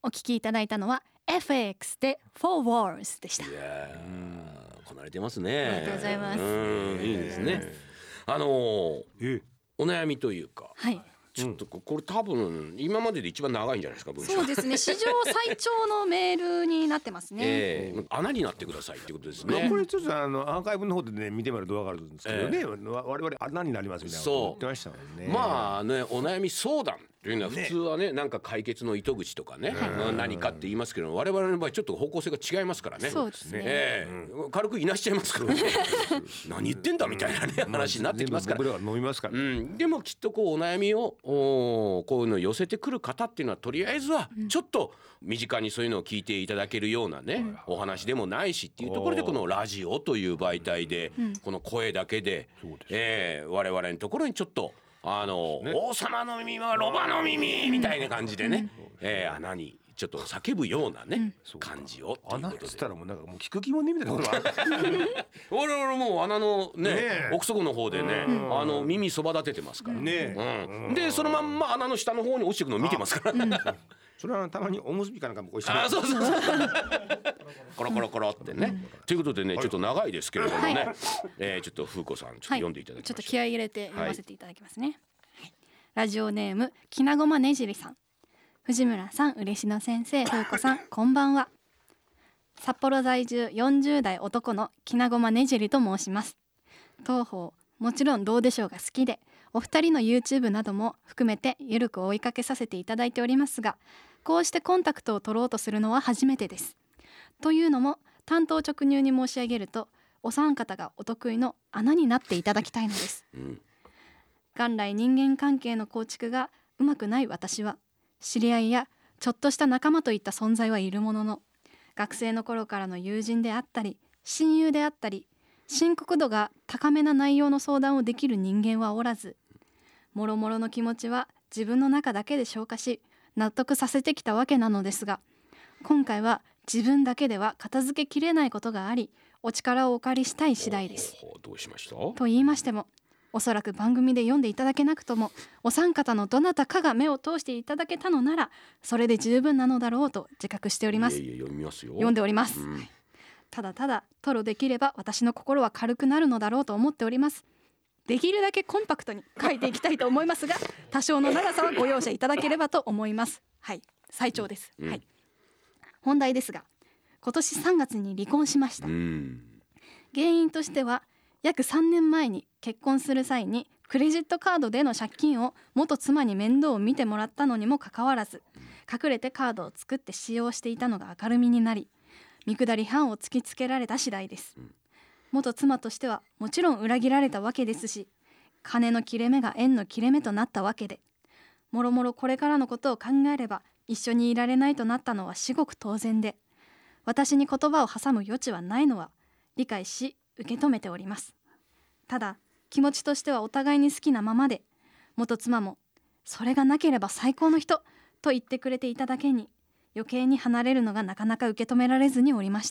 お聞きいただいたのは FX で For Wars でした。 いやこなれてますね。 ありがとうございます。 いいですね。お悩みというか、 はい、 ちょっとこれ多分今までで一番長いんじゃないですか、文章。 そうですね、史上最長のメールになってますね。 穴になってくださいってことですね。 これちょっとアーカイブの方でね見てもらうと分かるんですけどね、我々穴になりますみたいなこと言ってましたもんね。 まあね、お悩み相談というのは普通はね、なんか解決の糸口とかね、何かって言いますけど、我々の場合ちょっと方向性が違いますからね。 そうですね、 軽くいなしちゃいますからね何言ってんだみたいなね、話になってきますから。 僕らは飲みますから、 でもきっとこうお悩みをこういうのを寄せてくる方っていうのはとりあえずはちょっと身近にそういうのを聞いていただけるようなね、お話でもないしっていうところで、このラジオという媒体で、この声だけで、我々のところにちょっと王様の耳はロバの耳みたいな感じでね、穴にちょっと叫ぶようなね、感じをということで。 穴っつったらもうなんかもう聞く気もねみたいなことがある俺々もう穴のね奥底の方でね、耳そば立ててますからね、でそのまんま穴の下の方に落ちてくのを見てますから、 それはたまにおむすびかなんかもこうしてそうコロコロコロってね、ということでね、ちょっと長いですけれどもね、ちょっと風子さんちょっと読んでいただきましょう。 ちょっと気合い入れて読ませていただきますね。ラジオネームきなごまねじりさん。藤村さん、嬉野先生、風子さん、こんばんは。札幌在住40代男のきなごまねじりと申します。当方もちろんどうでしょうが好きで、お二人の YouTube なども含めてゆるく追いかけさせていただいておりますが、こうしてコンタクトを取ろうとするのは初めてです。というのも、単刀直入に申し上げると、お三方がお得意の穴になっていただきたいのです。元来人間関係の構築がうまくない私は、知り合いやちょっとした仲間といった存在はいるものの、学生の頃からの友人であったり親友であったり、深刻度が高めな内容の相談をできる人間はおらず、もろもろの気持ちは自分の中だけで消化し納得させてきたわけなのですが、今回は自分だけでは片付けきれないことがあり、お力をお借りしたい次第です。 どうしました？ と言いましても、おそらく番組で読んでいただけなくとも、お三方のどなたかが目を通していただけたのなら、それで十分なのだろうと自覚しております。 読みますよ。 読んでおります、ただただ吐露できれば私の心は軽くなるのだろうと思っております。できるだけコンパクトに書いていきたいと思いますが、多少の長さはご容赦いただければと思います。はい、最長です、はい。本題ですが、今年3月に離婚しました。原因としては、約3年前に結婚する際にクレジットカードでの借金を元妻に面倒を見てもらったのにもかかわらず、隠れてカードを作って使用していたのが明るみになり、見下り犯を突きつけられた次第です。元妻としてはもちろん裏切られたわけですし、金の切れ目が縁の切れ目となったわけで、もろもろこれからのことを考えれば一緒にいられないとなったのは至極当然で、私に言葉を挟む余地はないのは理解し受け止めております。ただ気持ちとしてはお互いに好きなままで、元妻もそれがなければ最高の人と言ってくれていただけに、余計に離れるのがなかなか受け止められずにおりました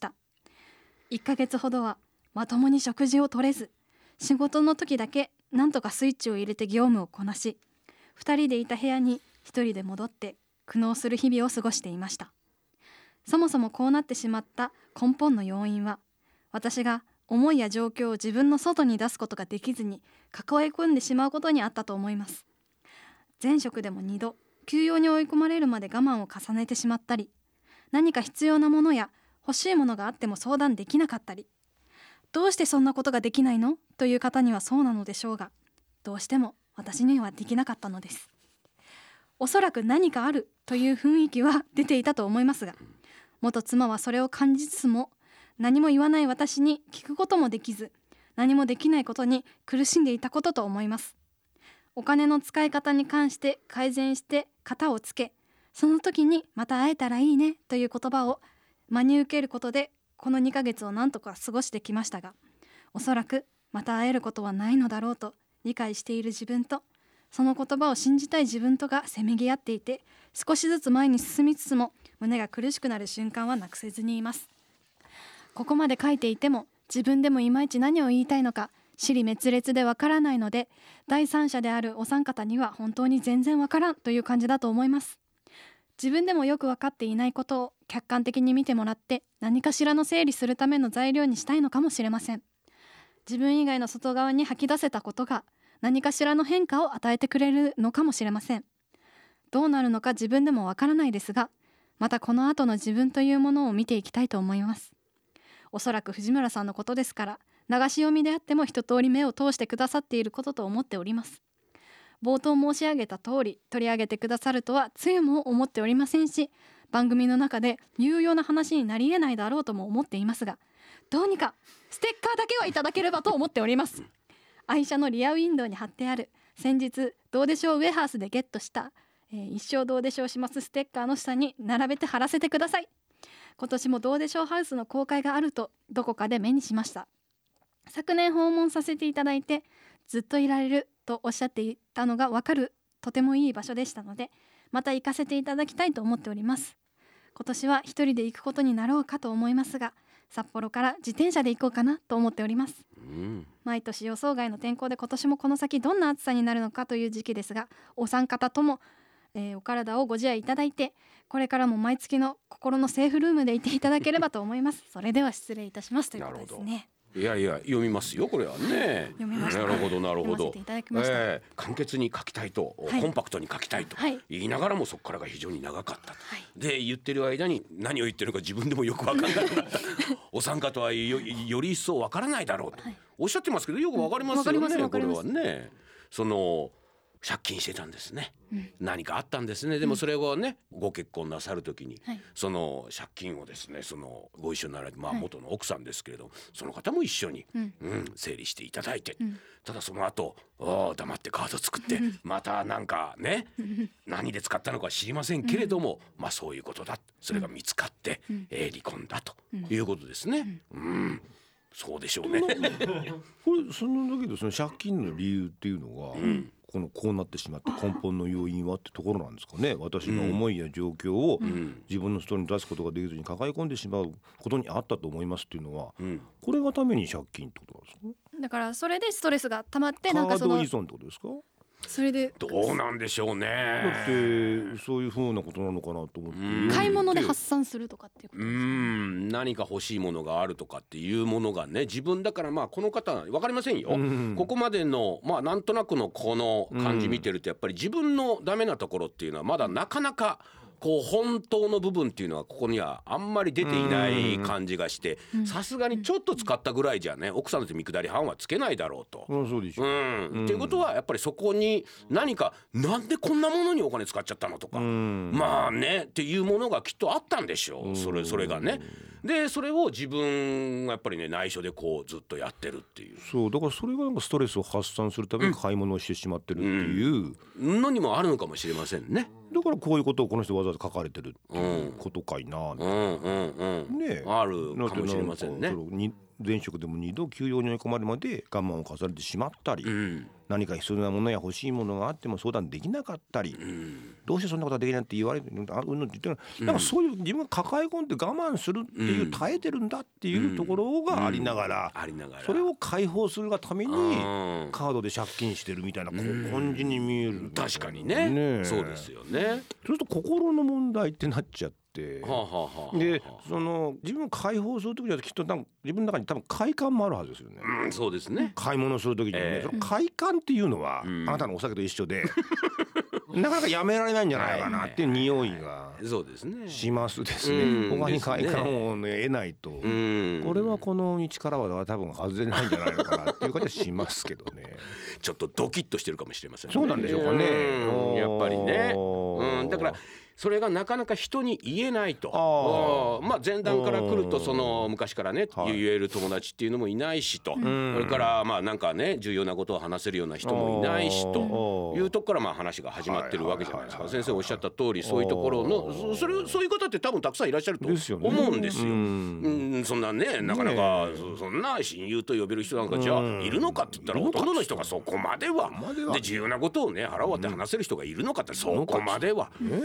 。1ヶ月ほどはまともに食事をとれず、仕事の時だけなんとかスイッチを入れて業務をこなし、2人でいた部屋に1人で戻って苦悩する日々を過ごしていました。そもそもこうなってしまった根本の要因は、私が思いや状況を自分の外に出すことができずに抱え込んでしまうことにあったと思います。前職でも2度休養に追い込まれるまで我慢を重ねてしまったり、何か必要なものや欲しいものがあっても相談できなかったり、どうしてそんなことができないのという方にはそうなのでしょうが、どうしても私にはできなかったのです。おそらく何かあるという雰囲気は出ていたと思いますが、元妻はそれを感じつつも、何も言わない私に聞くこともできず、何もできないことに苦しんでいたことと思います。お金の使い方に関して改善して型をつけ、その時にまた会えたらいいねという言葉を真に受けることで、この2ヶ月を何とか過ごしてきましたが、おそらくまた会えることはないのだろうと理解している自分と、その言葉を信じたい自分とがせめぎ合っていて、少しずつ前に進みつつも胸が苦しくなる瞬間はなくせずにいます。ここまで書いていても自分でもいまいち何を言いたいのか支離滅裂でわからないので、第三者であるお三方には本当に全然わからんという感じだと思います。 自分でもよく分かっていないことを客観的に見てもらって何かしらの整理するための材料にしたいのかもしれません。自分以外の外側に吐き出せたことが何かしらの変化を与えてくれるのかもしれません。どうなるのか自分でもわからないですが、またこの後の自分というものを見ていきたいと思います。おそらく藤村さんのことですから、流し読みであっても一通り目を通してくださっていることと思っております。冒頭申し上げた通り取り上げてくださるとはつゆも思っておりませんし、番組の中で有用な話になり得ないだろうとも思っていますが、どうにかステッカーだけはいただければと思っております。愛車のリアウィンドウに貼ってある先日どうでしょうウェハースでゲットした、一生どうでしょうしますステッカーの下に並べて貼らせてください。今年もどうでしょうハウスの公開があるとどこかで目にしました。昨年訪問させていただいてずっといられるとおっしゃっていたのが分かるとてもいい場所でしたので、また行かせていただきたいと思っております。今年は一人で行くことになろうかと思いますが、札幌から自転車で行こうかなと思っております。毎年予想外の天候で今年もこの先どんな暑さになるのかという時期ですが、お三方とも、お体をご自愛いただいて、これからも毎月の心のセーフルームでいていただければと思います。それでは失礼いたしますということですね。 いやいや読みますよこれはね。 読みました。 なるほどなるほど。簡潔に書きたいと、コンパクトに書きたいと言いながらもそこからが非常に長かった、で言ってる間に何を言ってるのか自分でもよく分からなくなったお三方は より一層分からないだろうとおっしゃってますけど、よく分かりますよね。これはね、その借金してたんですね、何かあったんですね。でもそれをね、ご結婚なさる時に、その借金をですね、そのご一緒になられて、元の奥さんですけれど、その方も一緒に、整理していただいて、ただその後黙ってカード作って、またなんかね何で使ったのか知りませんけれども、そういうことだ、それが見つかって、離婚だということですね。そうでしょうね。 これそのだけどその借金の理由っていうのが、こうなってしまった根本の要因はってところなんですかね。私の思いや状況を自分の外に出すことができずに抱え込んでしまうことにあったと思いますっていうのは、これがために借金ってことなんですか。 だからそれでストレスが溜まって、 なんかそのカード依存ってことですか。 それでどうなんでしょうね。 だってそういう風なことなのかなと思って、 買い物で発散するとかっていうことですか。 何か欲しいものがあるとかっていうものがね、自分だからこの方分かりませんよ、ここまでのなんとなくのこの感じ見てると、やっぱり自分のダメなところっていうのはまだなかなか本当の部分っていうのはここにはあんまり出ていない感じがして、さすがにちょっと使ったぐらいじゃね、奥さんの見下り半はつけないだろうと。 そうでしょう。 っていうことはやっぱりそこに何か、なんでこんなものにお金使っちゃったのとか、っていうものがきっとあったんでしょう。それがね。でそれを自分がやっぱりね、内緒でずっとやってるっていう。 そうだからそれがストレスを発散するために買い物をしてしまってるっていうのにもあるのかもしれませんね。 だからこういうことをこの人わざわざ書かれてるっていうことかいな、ね、 あるかもしれませんね。 前職でも2度休養に追い込まれるまで我慢を重ねてしまったり、何か必要なものや欲しいものがあっても相談できなかったり、どうしてそんなことができないって言われるのって言ってなんかそういう自分が抱え込んで我慢するっていう、耐えてるんだっていうところがありながら、それを解放するがためにカードで借金してるみたいな感じに見える。 確かにね、そうですよね。 そうすると心の問題ってなっちゃって、でその自分を解放する時にはきっと自分の中に多分快感もあるはずですよね。 そうですね。 買い物する時にね、その快感っていうのは、あなたのお酒と一緒でなかなかやめられないんじゃないかなっていう匂いがしますですね。他に快感を得ないと、これはこの道からは多分外れないんじゃないのかなっていう感じはしますけどね。 ちょっとドキッとしてるかもしれませんね。 そうなんでしょうかね。 やっぱりね。だからそれがなかなか人に言えないと。前段から来るとその昔からね、言える友達っていうのもいないしと、それからなんかね、重要なことを話せるような人もいないしというとこから話が始まってるわけじゃないですか。先生おっしゃった通り、そういうところのそういう方って多分たくさんいらっしゃると思うんですよ。そんなね、なかなかそんな親友と呼べる人なんかじゃあいるのかって言ったら、ほとんどの人がそこまではで重要なことをね腹割って話せる人がいるのかって、そこまではね、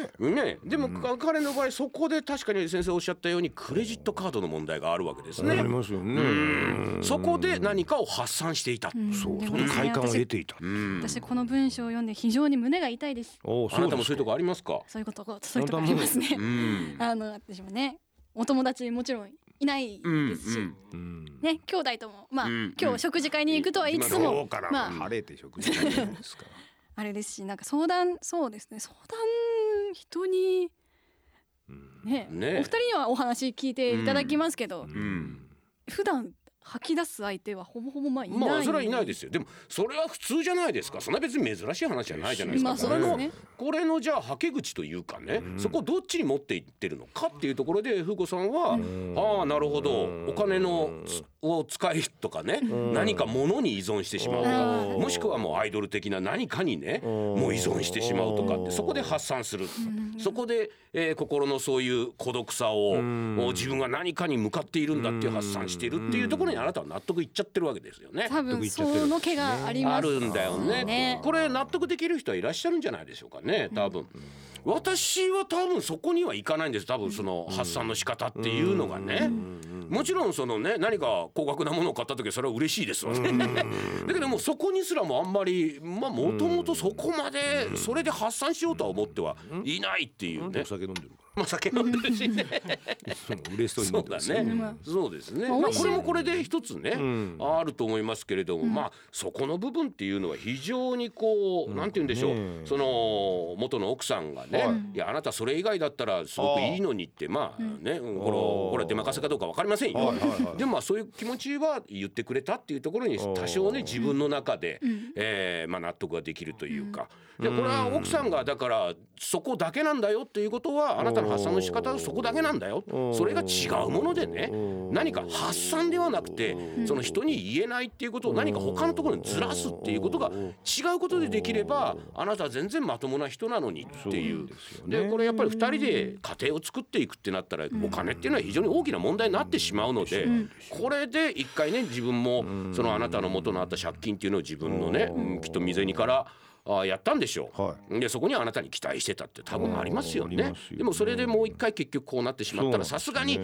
ね。でも彼の場合そこで確かに先生おっしゃったようにクレジットカードの問題があるわけですね。 ありますよね。 そこで何かを発散していた。 そうその快感を得ていた。 私この文章を読んで非常に胸が痛いです。 あなたもそういうとこありますか？ そういうとこありますね。私もねお友達もちろんいないですし、ね兄弟とも今日食事会に行くとは言いつつも晴れて食事会ですからあれですし、なんかそうですね、相談人にね、お二人にはお話聞いていただきますけど、普段吐き出す相手はほぼほぼいない。 それはいないですよ。でもそれは普通じゃないですか。そんな別に珍しい話じゃないじゃないですか。 そうですね。 これのじゃあはけ口というかね、そこをどっちに持っていってるのかっていうところで風子さんはなるほど、お金を使いとかね、何か物に依存してしまうとか、もしくはもうアイドル的な何かにねもう依存してしまうとかって、そこで発散する、そこで、心のそういう孤独さを自分が何かに向かっているんだっていう発散しているっていうところにあなたは納得いっちゃってるわけですよね。 多分その気があります。 あるんだよね。これ納得できる人はいらっしゃるんじゃないでしょうかね。多分私は多分そこにはいかないんです。多分その発散の仕方っていうのがね、もちろんそのね何か高額なものを買った時はそれは嬉しいですわね。だけどもそこにすらもあんまりもともとそこまでそれで発散しようとは思ってはいないっていうね。 お酒飲んでるから酒飲んでるしね嬉しそうに飲んでますね。 そうですね。これもこれで一つね、あると思いますけれども、そこの部分っていうのは非常にこうなんて言うんでしょう、その元の奥さんがね、いやあなたそれ以外だったらすごくいいのにってこれは出任せかどうか分かりませんよ。でもそういう気持ちは言ってくれたっていうところに多少ね自分の中で納得ができるというか、でこれは奥さんがだからそこだけなんだよっていうことはあなたの発散の仕方はそこだけなんだよ、それが違うものでね、何か発散ではなくてその人に言えないっていうことを何か他のところにずらすっていうことが違うことでできれば、あなたは全然まともな人なのにっていう。でこれやっぱり2人で家庭を作っていくってなったらお金っていうのは非常に大きな問題になってしまうので、これで一回ね自分もそのあなたの元のあった借金っていうのを自分のねきっと未然からやったんでしょう、でそこにあなたに期待してたって多分ありますよね。でもそれでもう一回結局こうなってしまったらさすがに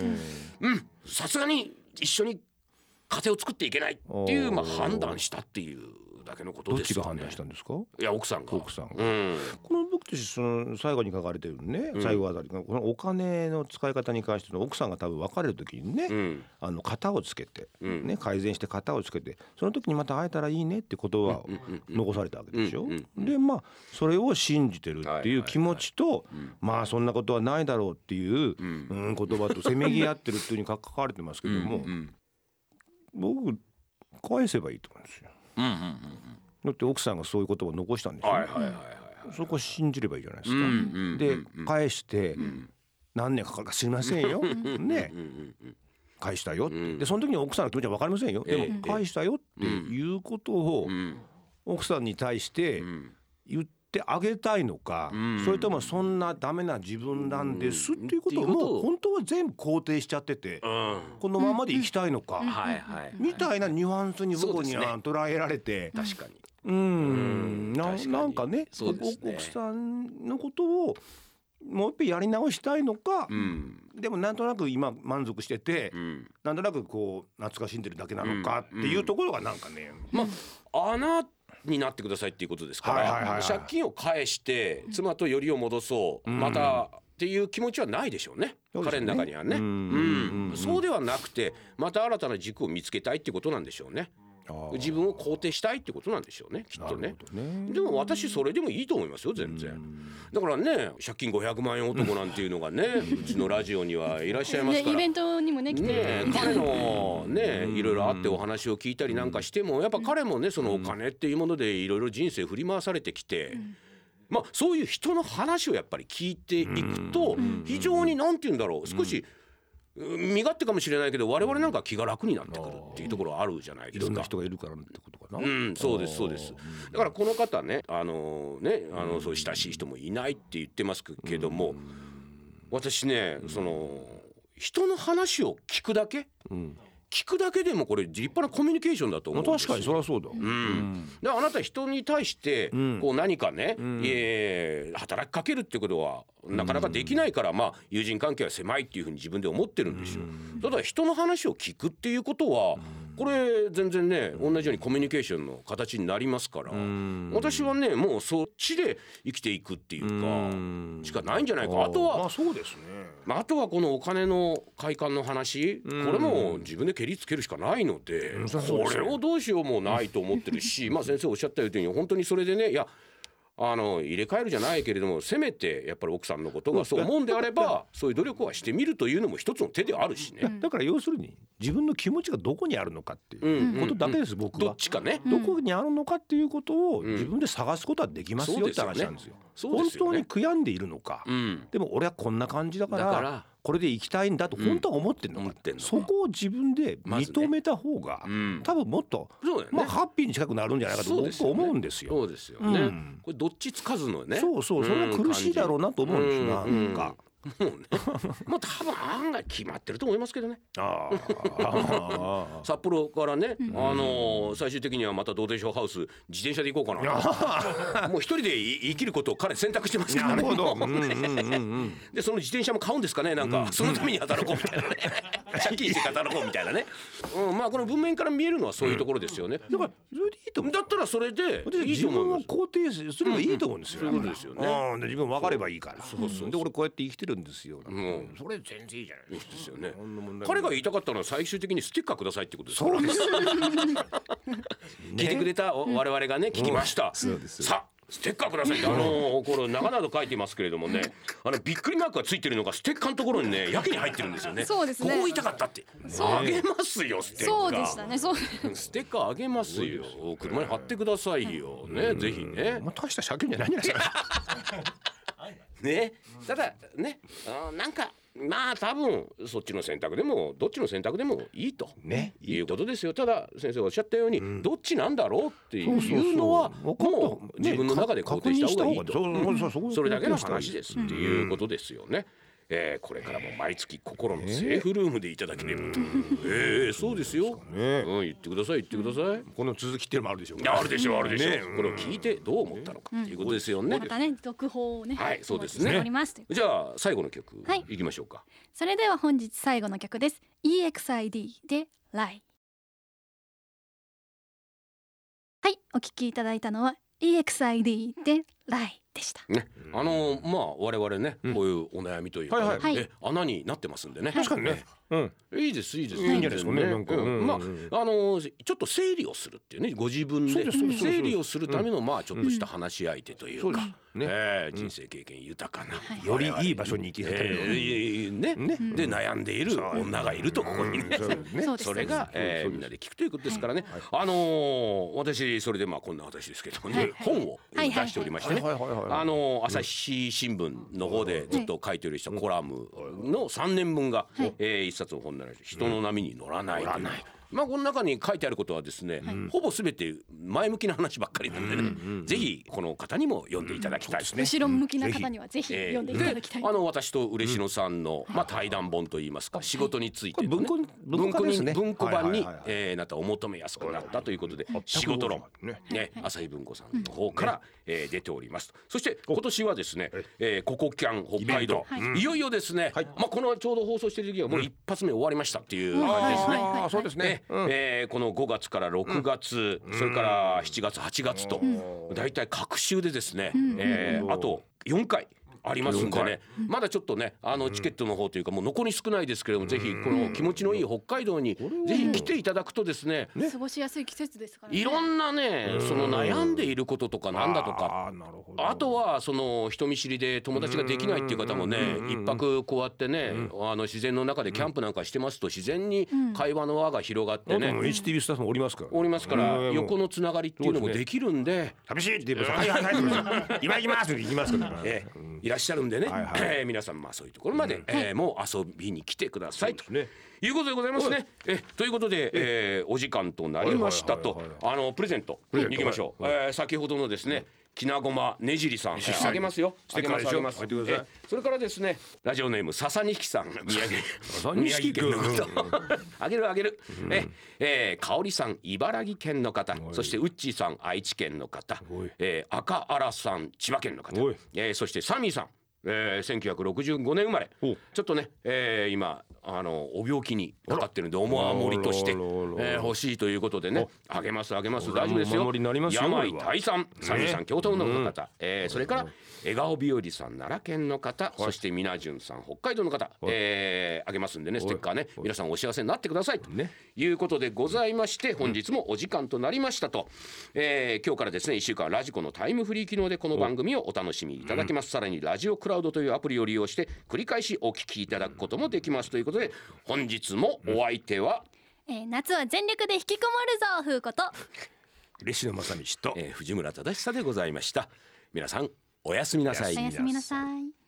一緒に家庭を作っていけないっていう判断したっていうだけのことですよね。 どっちが判断したんですか？ いや奥さんが。この僕たちその最後に書かれてるね、最後あたりこのお金の使い方に関しての奥さんが多分別れる時にね、型をつけてね改善して型をつけて、その時にまた会えたらいいねって言葉を残されたわけでしょ。でそれを信じてるっていう気持ちと、そんなことはないだろうっていう言葉とせめぎ合ってるっていうふうに書かれてますけども、僕返せばいいと思うんですよ。だって奥さんがそういう言葉を残したんですよ。そこを信じればいいじゃないですか。で返して何年かかるか知りませんよ。ね返したよって。でその時に奥さんの気持ちは分かりませんよ。でも返したよっていうことを奥さんに対して言ってあげたいのか、それともそんなダメな自分なんですっていうことをもう本当は全部肯定しちゃってて、このままでいきたいのかみたいなニュアンスに僕には捉えられて、 確かになんかね奥さんのことをもう一回やり直したいのか、でもなんとなく今満足してて、なんとなくこう懐かしんでるだけなのかっていうところがなんかね、 穴になってくださいっていうことですから、借金を返して妻とよりを戻そう、またっていう気持ちはないでしょうね、彼の中にはね。そうではなくてまた新たな軸を見つけたいってことなんでしょうね。自分を肯定したいってことなんでしょうね、きっとね。でも私それでもいいと思いますよ全然。だからね借金500万円男なんていうのがねうちのラジオにはいらっしゃいますから、 イベントにもね来て彼のねいろいろあってお話を聞いたりなんかしても、やっぱ彼もねそのお金っていうものでいろいろ人生振り回されてきて、そういう人の話をやっぱり聞いていくと非常になんて言うんだろう、少し身勝手かもしれないけど我々なんか気が楽になってくるっていうところあるじゃないですか。 いろんな人がいるからってことかな。 そうですそうです。だからこの方ねそう親しい人もいないって言ってますけども、私ねその人の話を聞くだけ、 聞くだけでもこれ立派なコミュニケーションだと思うんですよ。 確かにそりゃそうだ。 であなた人に対してこう何かね、働きかけるってことはなかなかできないから、まあ友人関係は狭いっていうふうに自分で思ってるんでしょう。ただ人の話を聞くっていうことはこれ全然ね同じようにコミュニケーションの形になりますから、私はねもうそっちで生きていくっていうかしかないんじゃないか。あとはまあそうですね。 あとはこのお金の快感の話、これも自分で蹴りつけるしかないので、これをどうしようもないと思ってるし、まあ先生おっしゃったように本当にそれでね、いや入れ替えるじゃないけれども、せめてやっぱり奥さんのことがそう思うんであればそういう努力はしてみるというのも一つの手であるしね。 だから要するに自分の気持ちがどこにあるのかっていうことだけです、僕は。 どっちかね、 どこにあるのかっていうことを自分で探すことはできますよって話なんですよ。本当に悔やんでいるのか、でも俺はこんな感じだからこれで行きたいんだと本当は思ってんのか、そこを自分で認めた方が、多分もっと、まあハッピーに近くなるんじゃないかと僕は思うんですよ。 そうですよね、これどっちつかずのね。そうそれは苦しいだろうなと思うんですなんか。 もうね、まあ多分案外決まってると思いますけどね。札幌からね、最終的にはまたどうでしょうハウス自転車で行こうかな。もう一人で生きることを彼選択してますからね。でその自転車も買うんですかね、なんかそのために働こうみたいなね。借金して働こうみたいなね。まあこの文面から見えるのはそういうところですよね。だからそれでいいと思う。だったらそれで自分を肯定すればいいと思うんですよ。 そういうことですよね。 自分分かればいいから。で俺こうやって生きてるんですよ。 それ全然いいじゃないですよね。彼が言いたかったのは最終的にステッカーくださいってことですから。そうです。聞いてくれた我々がね聞きました。さあステッカーくださいってこれ長々と書いてますけれどもね、びっくりマークがついてるのがステッカーのところにねやけに入ってるんですよね。 そうですね。 ここ言いたかったって。あげますよステッカー。 そうでしたね。そう。 ステッカーあげますよ。車に貼ってくださいよね。ぜひね。 まあ大した借金じゃないんじゃないですか。 ね、ただね、なんかまあ多分そっちの選択でもどっちの選択でもいいと、いうことですよ。ただ先生がおっしゃったように、どっちなんだろうっていうのはもう自分の中で肯定した方がいいと、それだけの話ですっていうことですよね。これからも毎月心のセーフルームでいただければと。そうですよ。言ってください言ってください。 この続きっていうのもあるでしょう。 あるでしょうあるでしょう。これを聞いてどう思ったのかっていうことですよね。 またね続報をね。 はい、そうですね。じゃあ最後の曲いきましょうか。 それでは本日最後の曲です。 EXID で Lie。 はい、お聴きいただいたのは EXID で Lieでしたね。まあ我々ねこういうお悩みというか穴になってますんでね。 確かにね。 いいですいいです。 いいんじゃないですかね。 まあちょっと整理をするっていうね、ご自分で整理をするためのまあちょっとした話し相手というか、人生経験豊かなよりいい場所に行きたいね。 で悩んでいる女がいるとここにね。それがみんなで聞くということですからね。私それでまあこんな私ですけどもね、本を出しておりましてね、朝日新聞の方でずっと書いておりしたコラムの3年分が一冊の本になる。人の波に乗らない。まあこの中に書いてあることはですね、ほぼすべて前向きな話ばっかりなんでね、ぜひこの方にも読んでいただきたいですね。 後ろ向きな方にはぜひ読んでいただきたい。 私と嬉野さんのまあ対談本といいますか、仕事について文庫版になったお求めやすくなったということで、仕事論朝日文庫さんの方から出ております。そして今年はですね、ココキャン北海道いよいよですね、まあこのちょうど放送している時はもう一発目終わりましたっていう感じですね。 そうですね。 この5月から6月、それから7月8月とだいたい隔週でですね、あと4回ありますんでね、まだちょっとねチケットの方というかもう残り少ないですけれども、ぜひこの気持ちのいい北海道にぜひ来ていただくとですね、 過ごしやすい季節ですからね。 いろんなねその悩んでいることとかなんだとか、あとはその人見知りで友達ができないっていう方もね、一泊こうやってね自然の中でキャンプなんかしてますと自然に会話の輪が広がってね、 HTV スタッフもおりますから横のつながりっていうのもできるんで、 寂しいって言います。今行きますって行きますからいらっしゃるんでね、皆さんまあそういうところまでもう遊びに来てくださいということでございますね。ということでお時間となりましたと、プレゼントいきましょう。先ほどのですねきなごまねじりさん、あげますよ。 ステッカーでしょ。 あげます入ってください。 それからですね、ラジオネーム笹錦さん、宮城宮城県の方あげるあげる、香織さん茨城県の方、そしてウッチーさん愛知県の方、赤あらさん千葉県の方、そしてサミーさん、1965年生まれ、ちょっとね、今お病気にかかってるんでお守りとして、欲しいということでね、あげますあげます。大丈夫ですよ。病退散サミーさん京都の方、それから笑顔日和さん奈良県の方、そしてみなじゅんさん北海道の方、あげますんでね、ステッカーね、皆さんお幸せになってくださいということでございまして、本日もお時間となりましたと、今日からですね1週間ラジコのタイムフリー機能でこの番組をお楽しみいただけます。さらにラジオクラウドというアプリを利用して繰り返しお聞きいただくこともできますということで、本日もお相手は、 夏は全力で引きこもるぞ風子と嬉野正道と、 藤村忠久でございました。皆さんおやすみなさい。 おやすみなさい。